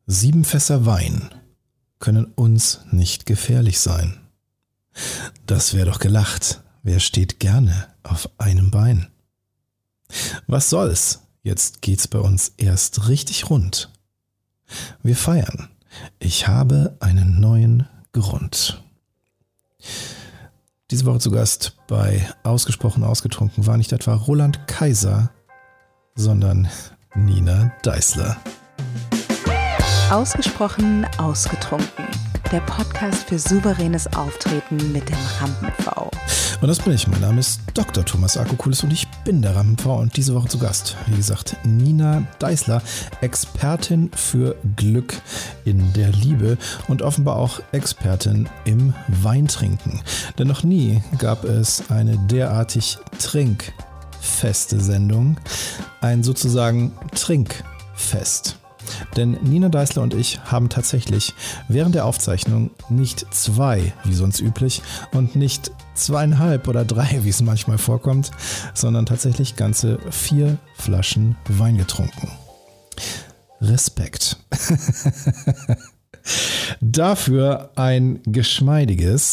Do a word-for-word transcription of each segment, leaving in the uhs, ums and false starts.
Sieben Fässer Wein können uns nicht gefährlich sein. Das wär doch gelacht. Wer steht gerne auf einem Bein? Was soll's? Jetzt geht's bei uns erst richtig rund. Wir feiern. Ich habe einen neuen Grund. Diese Woche zu Gast bei Ausgesprochen Ausgetrunken war nicht etwa Roland Kaiser, sondern Nina Deißler. Ausgesprochen Ausgetrunken. Der Podcast für souveränes Auftreten mit dem Rampen-V. Und das bin ich. Mein Name ist Doktor Thomas Akokulis und ich bin der Rampen-V und diese Woche zu Gast, wie gesagt, Nina Deißler, Expertin für Glück in der Liebe und offenbar auch Expertin im Weintrinken. Denn noch nie gab es eine derartig trinkfeste Sendung, ein sozusagen Trinkfest. Denn Nina Deißler und ich haben tatsächlich während der Aufzeichnung nicht zwei, wie sonst üblich, und nicht zweieinhalb oder drei, wie es manchmal vorkommt, sondern tatsächlich ganze vier Flaschen Wein getrunken. Respekt. Dafür ein geschmeidiges,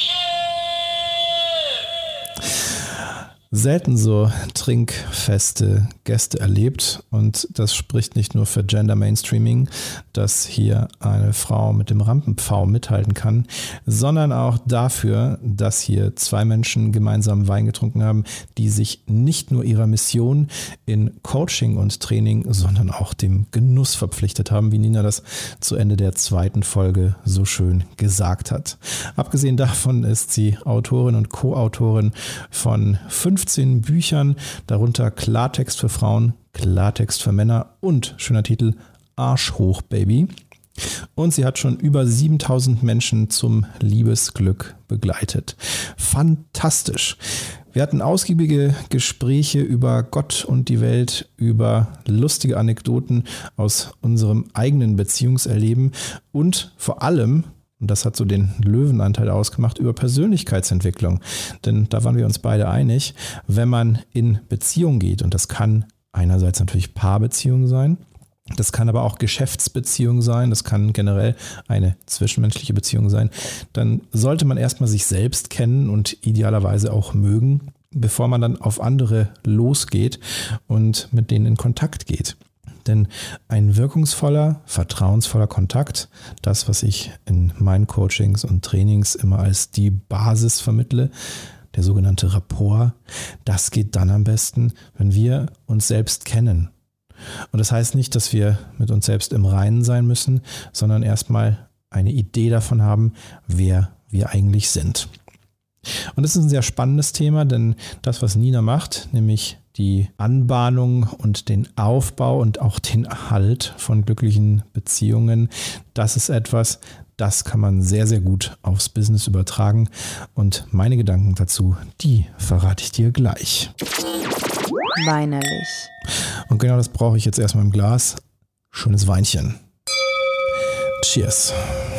selten so trinkfeste Gäste erlebt und das spricht nicht nur für Gender Mainstreaming, dass hier eine Frau mit dem Rampen-V mithalten kann, sondern auch dafür, dass hier zwei Menschen gemeinsam Wein getrunken haben, die sich nicht nur ihrer Mission in Coaching und Training, sondern auch dem Genuss verpflichtet haben, wie Nina das zu Ende der zweiten Folge so schön gesagt hat. Abgesehen davon ist sie Autorin und Co-Autorin von fünfzehn Büchern, darunter Klartext für Frauen, Klartext für Männer und, schöner Titel, Arsch hoch, Baby. Und sie hat schon über siebentausend Menschen zum Liebesglück begleitet. Fantastisch. Wir hatten ausgiebige Gespräche über Gott und die Welt, über lustige Anekdoten aus unserem eigenen Beziehungserleben und vor allem, und das hat so den Löwenanteil ausgemacht, über Persönlichkeitsentwicklung. Denn da waren wir uns beide einig, wenn man in Beziehung geht, und das kann einerseits natürlich Paarbeziehung sein, das kann aber auch Geschäftsbeziehung sein, das kann generell eine zwischenmenschliche Beziehung sein, dann sollte man erstmal sich selbst kennen und idealerweise auch mögen, bevor man dann auf andere losgeht und mit denen in Kontakt geht. Denn ein wirkungsvoller, vertrauensvoller Kontakt, das, was ich in meinen Coachings und Trainings immer als die Basis vermittle, der sogenannte Rapport, das geht dann am besten, wenn wir uns selbst kennen. Und das heißt nicht, dass wir mit uns selbst im Reinen sein müssen, sondern erstmal eine Idee davon haben, wer wir eigentlich sind. Und das ist ein sehr spannendes Thema, denn das, was Nina macht, nämlich die Anbahnung und den Aufbau und auch den Erhalt von glücklichen Beziehungen, das ist etwas, das kann man sehr, sehr gut aufs Business übertragen. Und meine Gedanken dazu, die verrate ich dir gleich. Weinerlich. Und genau das brauche ich jetzt erstmal im Glas. Schönes Weinchen. Cheers.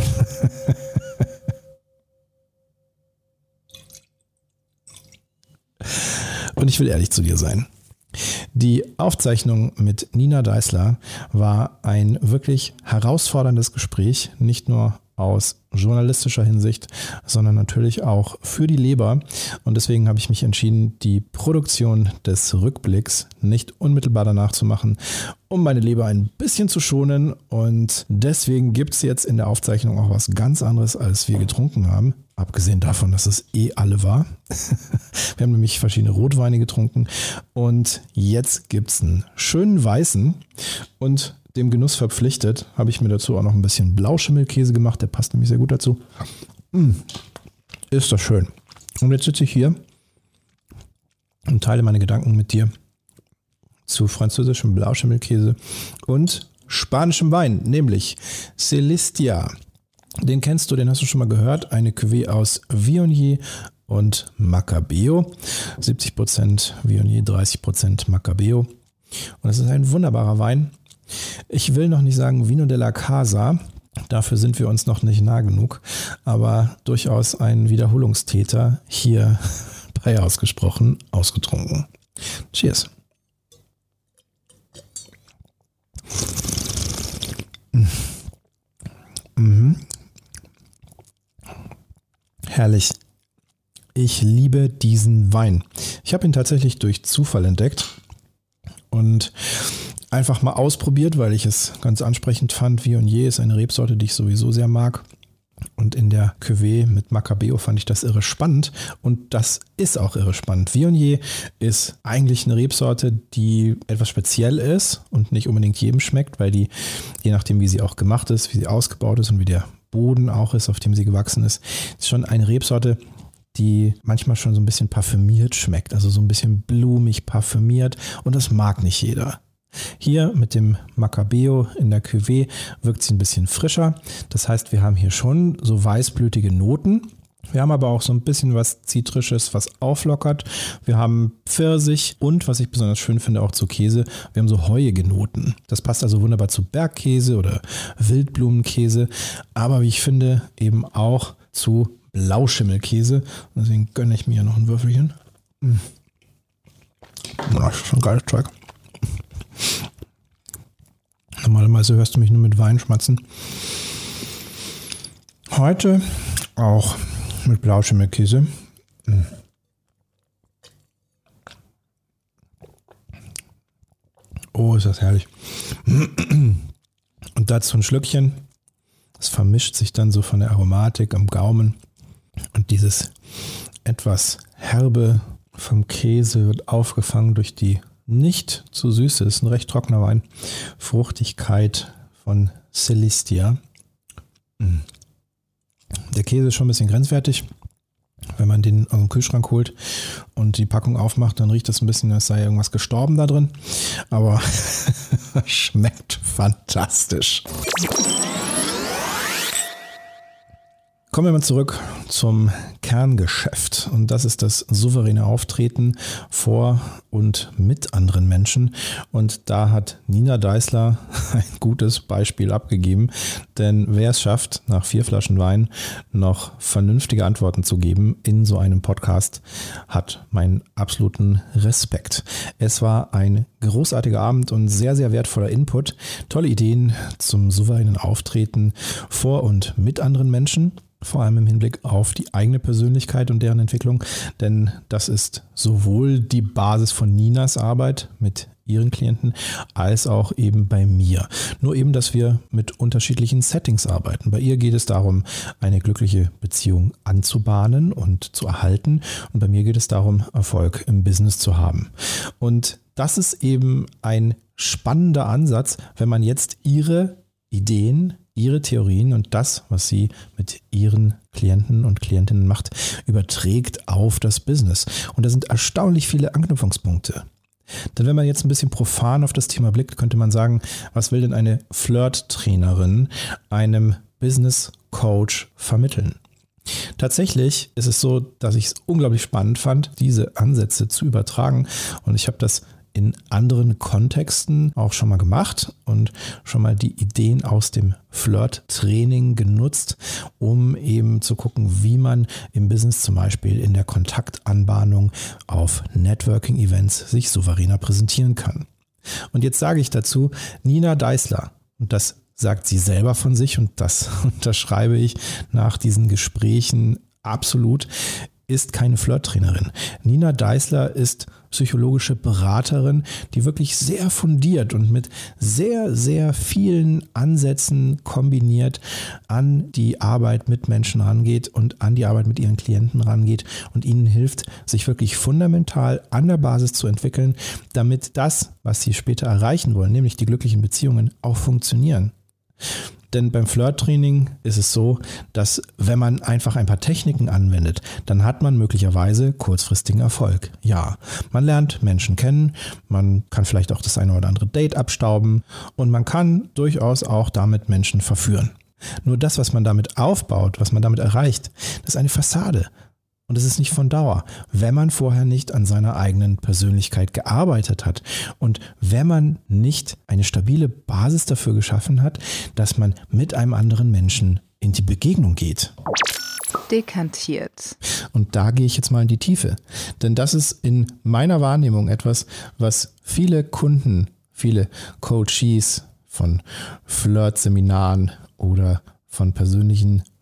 Und ich will ehrlich zu dir sein. Die Aufzeichnung mit Nina Deißler war ein wirklich herausforderndes Gespräch, nicht nur aus journalistischer Hinsicht, sondern natürlich auch für die Leber. Und deswegen habe ich mich entschieden, die Produktion des Rückblicks nicht unmittelbar danach zu machen, um meine Leber ein bisschen zu schonen. Und deswegen gibt es jetzt in der Aufzeichnung auch was ganz anderes, als wir getrunken haben. Abgesehen davon, dass es eh alle war. Wir haben nämlich verschiedene Rotweine getrunken. Und jetzt gibt es einen schönen weißen. Und dem Genuss verpflichtet, habe ich mir dazu auch noch ein bisschen Blauschimmelkäse gemacht. Der passt nämlich sehr gut dazu. Mmh, ist das schön. Und jetzt sitze ich hier und teile meine Gedanken mit dir zu französischem Blauschimmelkäse und spanischem Wein, nämlich Celestia. Den kennst du, den hast du schon mal gehört. Eine Cuvée aus Viognier und Macabeo. siebzig Prozent Viognier, dreißig Prozent Macabeo. Und es ist ein wunderbarer Wein. Ich will noch nicht sagen Vino della Casa, dafür sind wir uns noch nicht nah genug, aber durchaus ein Wiederholungstäter hier bei Ausgesprochen Ausgetrunken. Cheers. Herrlich. Ich liebe diesen Wein. Ich habe ihn tatsächlich durch Zufall entdeckt und einfach mal ausprobiert, weil ich es ganz ansprechend fand. Viognier ist eine Rebsorte, die ich sowieso sehr mag. Und in der Cuvée mit Macabeo fand ich das irre spannend. Und das ist auch irre spannend. Viognier ist eigentlich eine Rebsorte, die etwas speziell ist und nicht unbedingt jedem schmeckt, weil die, je nachdem wie sie auch gemacht ist, wie sie ausgebaut ist und wie der Boden auch ist, auf dem sie gewachsen ist, ist schon eine Rebsorte, die manchmal schon so ein bisschen parfümiert schmeckt. Also so ein bisschen blumig parfümiert. Und das mag nicht jeder. Hier mit dem Macabeo in der Cuvée wirkt sie ein bisschen frischer. Das heißt, wir haben hier schon so weißblütige Noten. Wir haben aber auch so ein bisschen was Zitrisches, was auflockert. Wir haben Pfirsich und, was ich besonders schön finde, auch zu Käse. Wir haben so heuige Noten. Das passt also wunderbar zu Bergkäse oder Wildblumenkäse. Aber wie ich finde, eben auch zu Blauschimmelkäse. Deswegen gönne ich mir hier noch ein Würfelchen. Mm. Das ist schon geiles Zeug. Normalerweise hörst du mich nur mit Wein schmatzen. Heute auch mit Blauschimmelkäse. Oh, ist das herrlich. Und dazu ein Schlückchen. Es vermischt sich dann so von der Aromatik am Gaumen. Und dieses etwas herbe vom Käse wird aufgefangen durch die nicht zu süße, ist ein recht trockener Wein. Fruchtigkeit von Celistia. Der Käse ist schon ein bisschen grenzwertig. Wenn man den aus dem Kühlschrank holt und die Packung aufmacht, dann riecht das ein bisschen, als sei irgendwas gestorben da drin. Aber schmeckt fantastisch. Kommen wir mal zurück zum Kerngeschäft und das ist das souveräne Auftreten vor und mit anderen Menschen und da hat Nina Deißler ein gutes Beispiel abgegeben, denn wer es schafft, nach vier Flaschen Wein noch vernünftige Antworten zu geben in so einem Podcast, hat meinen absoluten Respekt. Es war ein großartiger Abend und sehr, sehr wertvoller Input, tolle Ideen zum souveränen Auftreten vor und mit anderen Menschen. Vor allem im Hinblick auf die eigene Persönlichkeit und deren Entwicklung, denn das ist sowohl die Basis von Ninas Arbeit mit ihren Klienten, als auch eben bei mir. Nur eben, dass wir mit unterschiedlichen Settings arbeiten. Bei ihr geht es darum, eine glückliche Beziehung anzubahnen und zu erhalten und bei mir geht es darum, Erfolg im Business zu haben. Und das ist eben ein spannender Ansatz, wenn man jetzt ihre Ideen, ihre Theorien und das, was sie mit ihren Klienten und Klientinnen macht, überträgt auf das Business. Und da sind erstaunlich viele Anknüpfungspunkte. Denn wenn man jetzt ein bisschen profan auf das Thema blickt, könnte man sagen, was will denn eine Flirt-Trainerin einem Business-Coach vermitteln? Tatsächlich ist es so, dass ich es unglaublich spannend fand, diese Ansätze zu übertragen. Und ich habe das in anderen Kontexten auch schon mal gemacht und schon mal die Ideen aus dem Flirt-Training genutzt, um eben zu gucken, wie man im Business zum Beispiel in der Kontaktanbahnung auf Networking-Events sich souveräner präsentieren kann. Und jetzt sage ich dazu, Nina Deißler, und das sagt sie selber von sich und das unterschreibe ich nach diesen Gesprächen absolut, ist keine Flirt-Trainerin. Nina Deißler ist psychologische Beraterin, die wirklich sehr fundiert und mit sehr, sehr vielen Ansätzen kombiniert an die Arbeit mit Menschen rangeht und an die Arbeit mit ihren Klienten rangeht und ihnen hilft, sich wirklich fundamental an der Basis zu entwickeln, damit das, was sie später erreichen wollen, nämlich die glücklichen Beziehungen, auch funktionieren. Denn beim Flirt-Training ist es so, dass wenn man einfach ein paar Techniken anwendet, dann hat man möglicherweise kurzfristigen Erfolg. Ja, man lernt Menschen kennen, man kann vielleicht auch das eine oder andere Date abstauben und man kann durchaus auch damit Menschen verführen. Nur das, was man damit aufbaut, was man damit erreicht, das ist eine Fassade. Und es ist nicht von Dauer, wenn man vorher nicht an seiner eigenen Persönlichkeit gearbeitet hat und wenn man nicht eine stabile Basis dafür geschaffen hat, dass man mit einem anderen Menschen in die Begegnung geht. Dekantiert. Und da gehe ich jetzt mal in die Tiefe, denn das ist in meiner Wahrnehmung etwas, was viele Kunden, viele Coaches von Flirt-Seminaren oder von persönlichen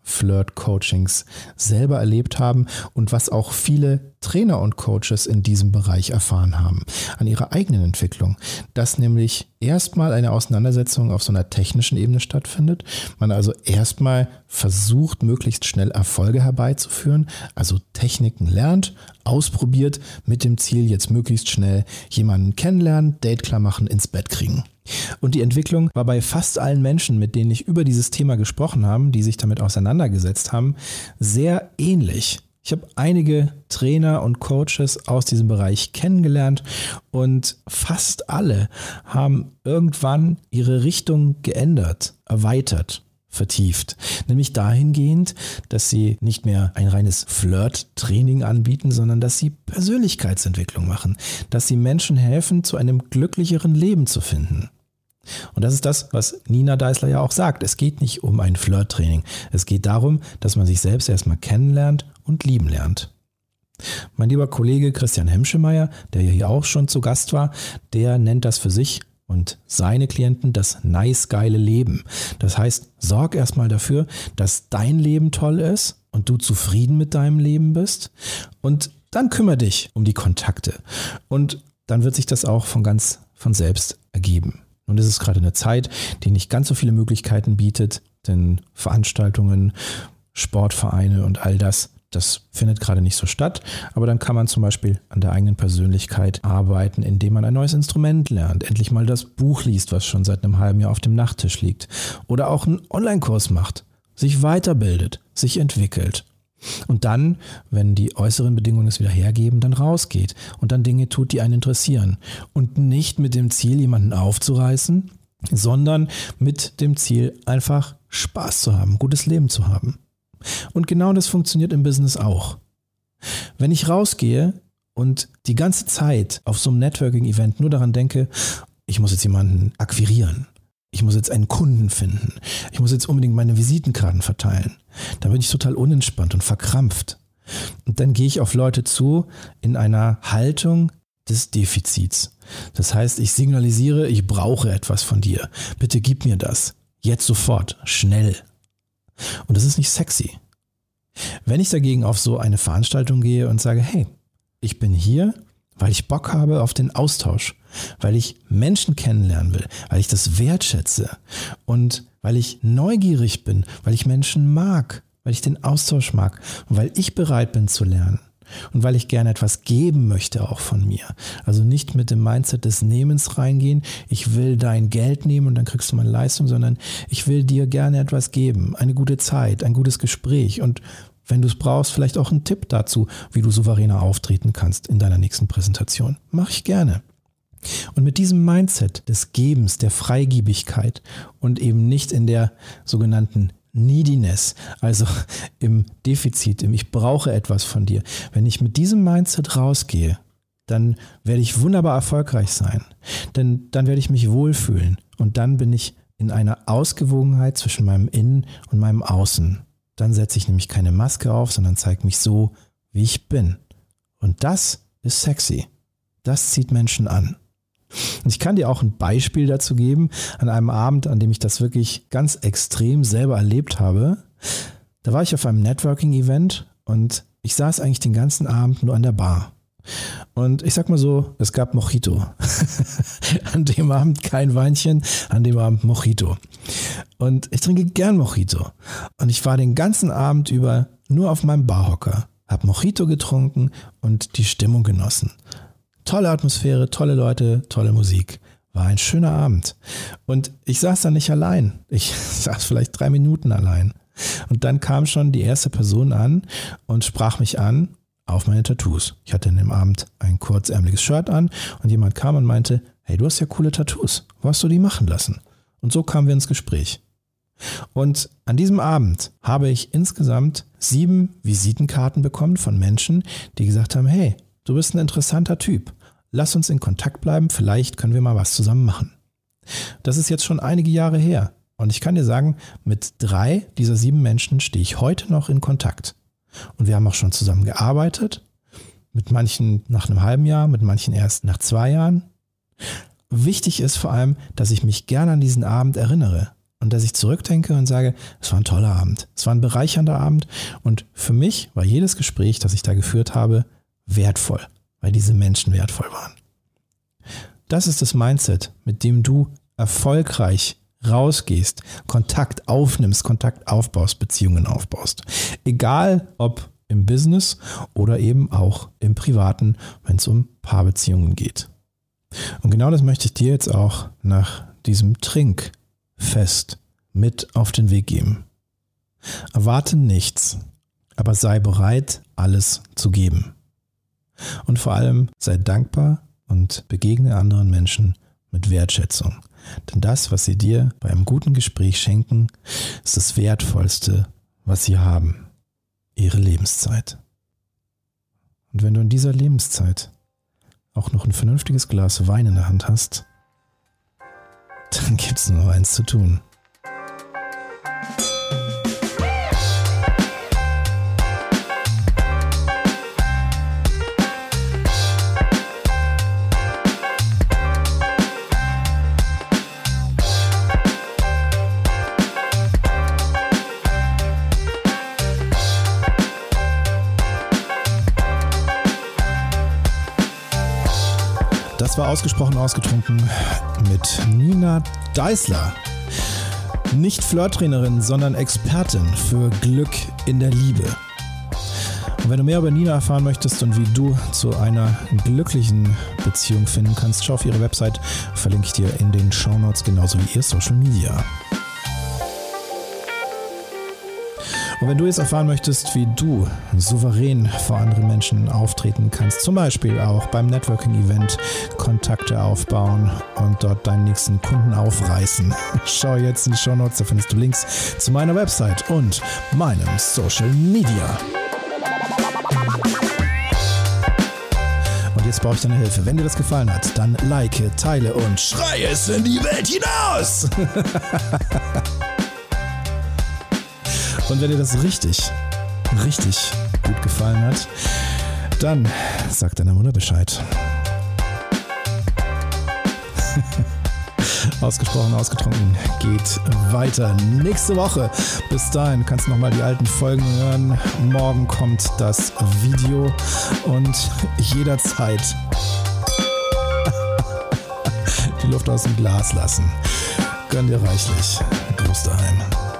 Flirt-Coachings selber erlebt haben und was auch viele Trainer und Coaches in diesem Bereich erfahren haben, an ihrer eigenen Entwicklung, dass nämlich erstmal eine Auseinandersetzung auf so einer technischen Ebene stattfindet, man also erstmal versucht, möglichst schnell Erfolge herbeizuführen, also Techniken lernt, ausprobiert, mit dem Ziel, jetzt möglichst schnell jemanden kennenlernen, Date klar machen, ins Bett kriegen. Und die Entwicklung war bei fast allen Menschen, mit denen ich über dieses Thema gesprochen habe, die sich damit auseinandergesetzt haben, sehr ähnlich. Ich habe einige Trainer und Coaches aus diesem Bereich kennengelernt und fast alle haben irgendwann ihre Richtung geändert, erweitert, vertieft. Nämlich dahingehend, dass sie nicht mehr ein reines Flirt-Training anbieten, sondern dass sie Persönlichkeitsentwicklung machen, dass sie Menschen helfen, zu einem glücklicheren Leben zu finden. Und das ist das, was Nina Deisler ja auch sagt. Es geht nicht um ein Flirt-Training. Es geht darum, dass man sich selbst erstmal kennenlernt und lieben lernt. Mein lieber Kollege Christian Hemschemeyer, der ja hier auch schon zu Gast war, der nennt das für sich und seine Klienten das nice geile Leben. Das heißt, sorg erstmal dafür, dass dein Leben toll ist und du zufrieden mit deinem Leben bist und dann kümmere dich um die Kontakte und dann wird sich das auch von ganz von selbst ergeben. Und es ist gerade eine Zeit, die nicht ganz so viele Möglichkeiten bietet, denn Veranstaltungen, Sportvereine und all das, das findet gerade nicht so statt. Aber dann kann man zum Beispiel an der eigenen Persönlichkeit arbeiten, indem man ein neues Instrument lernt, endlich mal das Buch liest, was schon seit einem halben Jahr auf dem Nachttisch liegt. Oder auch einen Online-Kurs macht, sich weiterbildet, sich entwickelt. Und dann, wenn die äußeren Bedingungen es wieder hergeben, dann rausgeht und dann Dinge tut, die einen interessieren. Und nicht mit dem Ziel, jemanden aufzureißen, sondern mit dem Ziel, einfach Spaß zu haben, gutes Leben zu haben. Und genau das funktioniert im Business auch. Wenn ich rausgehe und die ganze Zeit auf so einem Networking-Event nur daran denke, ich muss jetzt jemanden akquirieren, ich muss jetzt einen Kunden finden, ich muss jetzt unbedingt meine Visitenkarten verteilen, dann bin ich total unentspannt und verkrampft. Und dann gehe ich auf Leute zu in einer Haltung des Defizits. Das heißt, ich signalisiere, ich brauche etwas von dir. Bitte gib mir das. Jetzt sofort. Schnell. Und das ist nicht sexy. Wenn ich dagegen auf so eine Veranstaltung gehe und sage, hey, ich bin hier, weil ich Bock habe auf den Austausch, weil ich Menschen kennenlernen will, weil ich das wertschätze und weil ich neugierig bin, weil ich Menschen mag, weil ich den Austausch mag und weil ich bereit bin zu lernen und weil ich gerne etwas geben möchte auch von mir. Also nicht mit dem Mindset des Nehmens reingehen, ich will dein Geld nehmen und dann kriegst du meine Leistung, sondern ich will dir gerne etwas geben, eine gute Zeit, ein gutes Gespräch und wenn du es brauchst, vielleicht auch einen Tipp dazu, wie du souveräner auftreten kannst in deiner nächsten Präsentation. Mache ich gerne. Und mit diesem Mindset des Gebens, der Freigiebigkeit und eben nicht in der sogenannten Neediness, also im Defizit, im Ich brauche etwas von dir. Wenn ich mit diesem Mindset rausgehe, dann werde ich wunderbar erfolgreich sein. Denn dann werde ich mich wohlfühlen und dann bin ich in einer Ausgewogenheit zwischen meinem Innen und meinem Außen. Dann setze ich nämlich keine Maske auf, sondern zeige mich so, wie ich bin. Und das ist sexy. Das zieht Menschen an. Und ich kann dir auch ein Beispiel dazu geben, an einem Abend, an dem ich das wirklich ganz extrem selber erlebt habe. Da war ich auf einem Networking-Event und ich saß eigentlich den ganzen Abend nur an der Bar. Und ich sag mal so, es gab Mojito. An dem Abend kein Weinchen, an dem Abend Mojito. Und ich trinke gern Mojito. Und ich war den ganzen Abend über nur auf meinem Barhocker, habe Mojito getrunken und die Stimmung genossen. Tolle Atmosphäre, tolle Leute, tolle Musik. War ein schöner Abend. Und ich saß da nicht allein. Ich saß vielleicht drei Minuten allein. Und dann kam schon die erste Person an und sprach mich an auf meine Tattoos. Ich hatte an dem Abend ein kurzärmeliges Shirt an und jemand kam und meinte, hey, du hast ja coole Tattoos. Wo hast du die machen lassen? Und so kamen wir ins Gespräch. Und an diesem Abend habe ich insgesamt sieben Visitenkarten bekommen von Menschen, die gesagt haben, hey, du bist ein interessanter Typ. Lass uns in Kontakt bleiben, vielleicht können wir mal was zusammen machen. Das ist jetzt schon einige Jahre her. Und ich kann dir sagen, mit drei dieser sieben Menschen stehe ich heute noch in Kontakt. Und wir haben auch schon zusammen gearbeitet. Mit manchen nach einem halben Jahr, mit manchen erst nach zwei Jahren. Wichtig ist vor allem, dass ich mich gerne an diesen Abend erinnere. und dass ich zurückdenke und sage, es war ein toller Abend, es war ein bereichernder Abend und für mich war jedes Gespräch, das ich da geführt habe, wertvoll, weil diese Menschen wertvoll waren. Das ist das Mindset, mit dem du erfolgreich rausgehst, Kontakt aufnimmst, Kontakt aufbaust, Beziehungen aufbaust. Egal ob im Business oder eben auch im Privaten, wenn es um Paarbeziehungen geht. Und genau das möchte ich dir jetzt auch nach diesem Trinkfest mit auf den Weg geben. Erwarte nichts, aber sei bereit, alles zu geben. Und vor allem sei dankbar und begegne anderen Menschen mit Wertschätzung. Denn das, was sie dir bei einem guten Gespräch schenken, ist das Wertvollste, was sie haben. Ihre Lebenszeit. Und wenn du in dieser Lebenszeit auch noch ein vernünftiges Glas Wein in der Hand hast, dann gibt es nur eins zu tun. Das war ausgesprochen ausgetrunken mit Nina Deisler. Nicht Flirttrainerin, sondern Expertin für Glück in der Liebe. Und wenn du mehr über Nina erfahren möchtest und wie du zu einer glücklichen Beziehung finden kannst, schau auf ihre Website, verlinke ich dir in den Shownotes, genauso wie ihr Social Media. Und wenn du jetzt erfahren möchtest, wie du souverän vor anderen Menschen auftreten kannst, zum Beispiel auch beim Networking-Event Kontakte aufbauen und dort deinen nächsten Kunden aufreißen, schau jetzt in die Shownotes, da findest du Links zu meiner Website und meinem Social Media. Und jetzt brauche ich deine Hilfe. Wenn dir das gefallen hat, dann like, teile und schrei es in die Welt hinaus! Und wenn dir das richtig, richtig gut gefallen hat, dann sag deiner Mutter Bescheid. Ausgesprochen, ausgetrunken geht weiter nächste Woche. Bis dahin kannst du nochmal die alten Folgen hören. Morgen kommt das Video und jederzeit die Luft aus dem Glas lassen. Gönn dir reichlich. Gruß daheim.